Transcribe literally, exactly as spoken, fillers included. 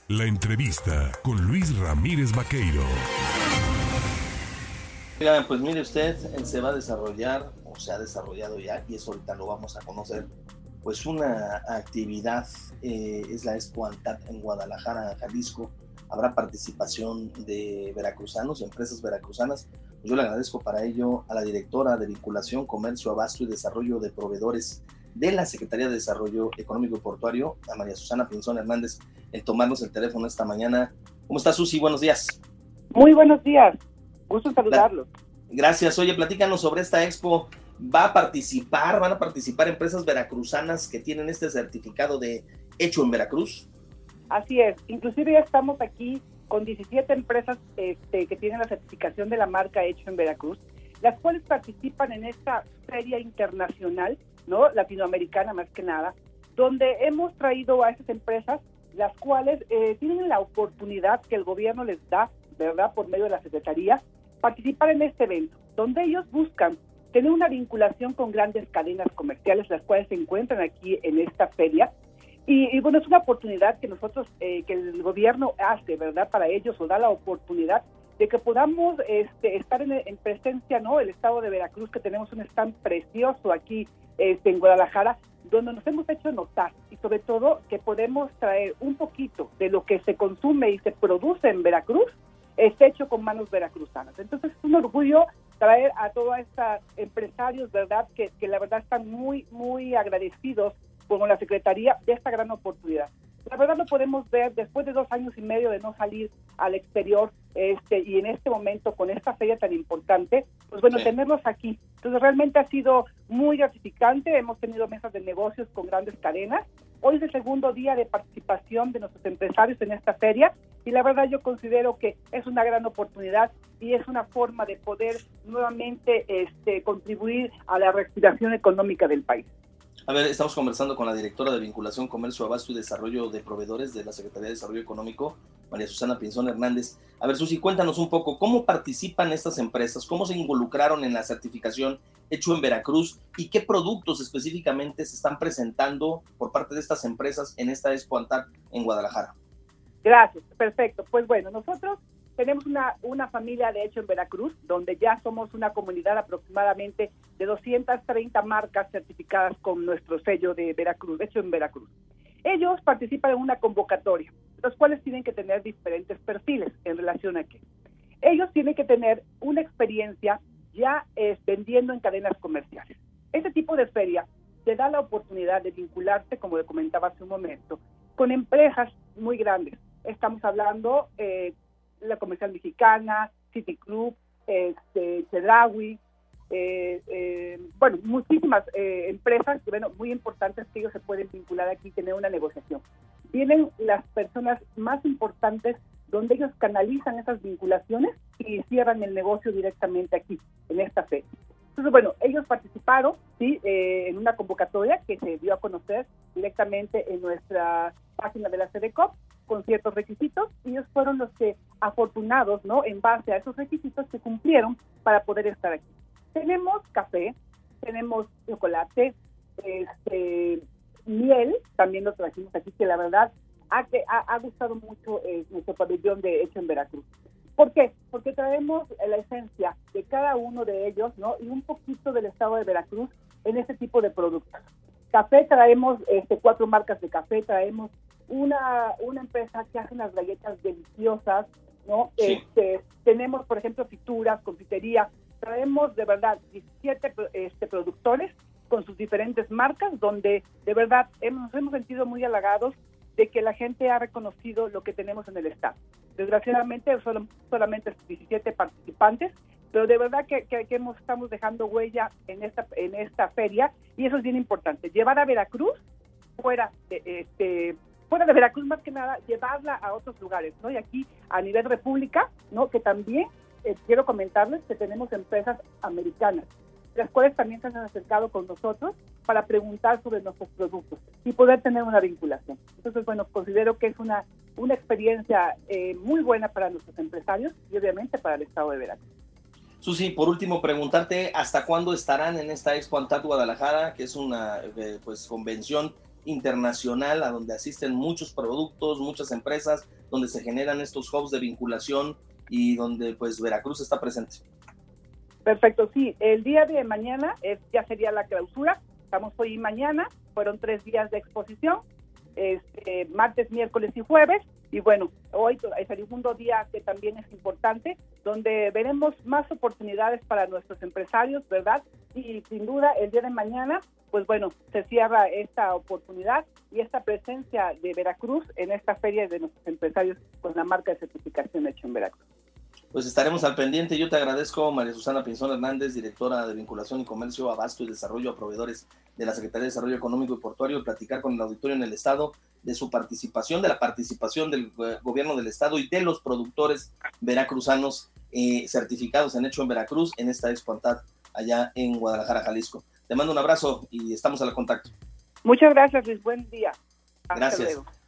La entrevista con Luis Ramírez Vaqueiro. Oigan, pues mire usted, se va a desarrollar, o se ha desarrollado ya, y eso ahorita lo vamos a conocer, pues una actividad, eh, es la Expo ANTAD en Guadalajara, Jalisco. Habrá participación de veracruzanos, empresas veracruzanas. Yo le agradezco para ello a la directora de Vinculación, Comercio, Abasto y Desarrollo de Proveedores de la Secretaría de Desarrollo Económico y Portuario, a María Susana Pinzón Hernández, el tomarnos el teléfono esta mañana. ¿Cómo está, Susi? Buenos días. Muy buenos días, gusto en saludarlos. Gracias. Oye, platícanos sobre esta expo. ¿Va a participar, van a participar empresas veracruzanas que tienen este certificado de hecho en Veracruz? Así es, inclusive ya estamos aquí con diecisiete empresas este, que tienen la certificación de la marca hecho en Veracruz, las cuales participan en esta feria internacional, ¿no? Latinoamericana más que nada, donde hemos traído a estas empresas, las cuales eh, tienen la oportunidad que el gobierno les da, ¿verdad?, por medio de la Secretaría, participar en este evento, donde ellos buscan tener una vinculación con grandes cadenas comerciales, las cuales se encuentran aquí en esta feria. Y, y bueno, es una oportunidad que nosotros, eh, que el gobierno hace, ¿verdad?, para ellos, o da la oportunidad de que podamos este, estar en, en presencia, ¿no?, el estado de Veracruz, que tenemos un stand precioso aquí este, en Guadalajara, donde nos hemos hecho notar, y sobre todo que podemos traer un poquito de lo que se consume y se produce en Veracruz, es hecho con manos veracruzanas. Entonces es un orgullo traer a todos estos empresarios, ¿verdad?, que, que la verdad están muy, muy agradecidos con la Secretaría de esta gran oportunidad. La verdad lo podemos ver después de dos años y medio de no salir al exterior, este y en este momento con esta feria tan importante, pues bueno, sí, tenerlos aquí. Entonces realmente ha sido muy gratificante, hemos tenido mesas de negocios con grandes cadenas. Hoy es el segundo día de participación de nuestros empresarios en esta feria y la verdad yo considero que es una gran oportunidad y es una forma de poder nuevamente este, contribuir a la reactivación económica del país. A ver, estamos conversando con la directora de Vinculación, Comercio, Abasto y Desarrollo de Proveedores de la Secretaría de Desarrollo Económico, María Susana Pinzón Hernández. A ver, Susi, cuéntanos un poco, ¿cómo participan estas empresas? ¿Cómo se involucraron en la certificación hecho en Veracruz? ¿Y qué productos específicamente se están presentando por parte de estas empresas en esta Expo ANTAD en Guadalajara? Gracias, perfecto. Pues bueno, nosotros tenemos una, una familia de hecho en Veracruz, donde ya somos una comunidad aproximadamente de doscientas treinta marcas certificadas con nuestro sello de Veracruz, hecho en Veracruz. Ellos participan en una convocatoria, los cuales tienen que tener diferentes perfiles en relación a qué. Ellos tienen que tener una experiencia ya eh, vendiendo en cadenas comerciales. Este tipo de feria te da la oportunidad de vincularse, como le comentaba hace un momento, con empresas muy grandes. Estamos hablando eh, la Comercial Mexicana, City Club, este, Chedraui, eh, eh, bueno, muchísimas eh, empresas, bueno, muy importantes que ellos se pueden vincular aquí y tener una negociación. Vienen las personas más importantes donde ellos canalizan esas vinculaciones y cierran el negocio directamente aquí, en esta feria. Entonces, bueno, ellos participaron, sí, eh, en una convocatoria que se dio a conocer directamente en nuestra página de la SEDECOP, con ciertos requisitos, y ellos fueron los que afortunados, ¿no?, en base a esos requisitos que cumplieron para poder estar aquí. Tenemos café, tenemos chocolate, este, miel, también lo trajimos aquí, que la verdad ha, ha, ha gustado mucho eh, nuestro pabellón de hecho en Veracruz. ¿Por qué? Porque traemos la esencia de cada uno de ellos, ¿no?, y un poquito del estado de Veracruz en este tipo de productos. Café, traemos este, cuatro marcas de café, traemos una una empresa que hace unas galletas deliciosas, ¿no? Sí. Este, tenemos, por ejemplo, frituras, confitería, traemos de verdad diecisiete este, productores con sus diferentes marcas, donde de verdad hemos, nos hemos sentido muy halagados de que la gente ha reconocido lo que tenemos en el estado. Desgraciadamente solo, solamente diecisiete participantes, pero de verdad que, que, que hemos, estamos dejando huella en esta en esta feria, y eso es bien importante, llevar a Veracruz fuera de este fuera de Veracruz, más que nada, llevarla a otros lugares, ¿no? Y aquí, a nivel república, ¿no?, que también eh, quiero comentarles que tenemos empresas americanas, las cuales también se han acercado con nosotros para preguntar sobre nuestros productos y poder tener una vinculación. Entonces, bueno, considero que es una, una experiencia eh, muy buena para nuestros empresarios y obviamente para el estado de Veracruz. Susi, por último, preguntarte hasta cuándo estarán en esta Expo ANTAD Guadalajara, que es una eh, pues convención internacional a donde asisten muchos productos, muchas empresas, donde se generan estos hubs de vinculación y donde pues Veracruz está presente. Perfecto, sí, el día de mañana es, ya sería la clausura, estamos hoy y mañana, fueron tres días de exposición, este, martes, miércoles y jueves, y bueno, hoy es el segundo día que también es importante, donde veremos más oportunidades para nuestros empresarios, ¿verdad? Y sin duda el día de mañana, pues bueno, se cierra esta oportunidad y esta presencia de Veracruz en esta feria de nuestros empresarios con la marca de certificación hecha en Veracruz. Pues estaremos al pendiente. Yo te agradezco, María Susana Pinzón Hernández, directora de Vinculación y Comercio, Abasto y Desarrollo a Proveedores de la Secretaría de Desarrollo Económico y Portuario, platicar con el auditorio en el Estado de su participación, de la participación del eh, gobierno del Estado y de los productores veracruzanos eh, certificados en Hecho en Veracruz en esta Expo ANTAD allá en Guadalajara, Jalisco. Te mando un abrazo y estamos al contacto. Muchas gracias, Luis. Buen día. Hasta Gracias. luego.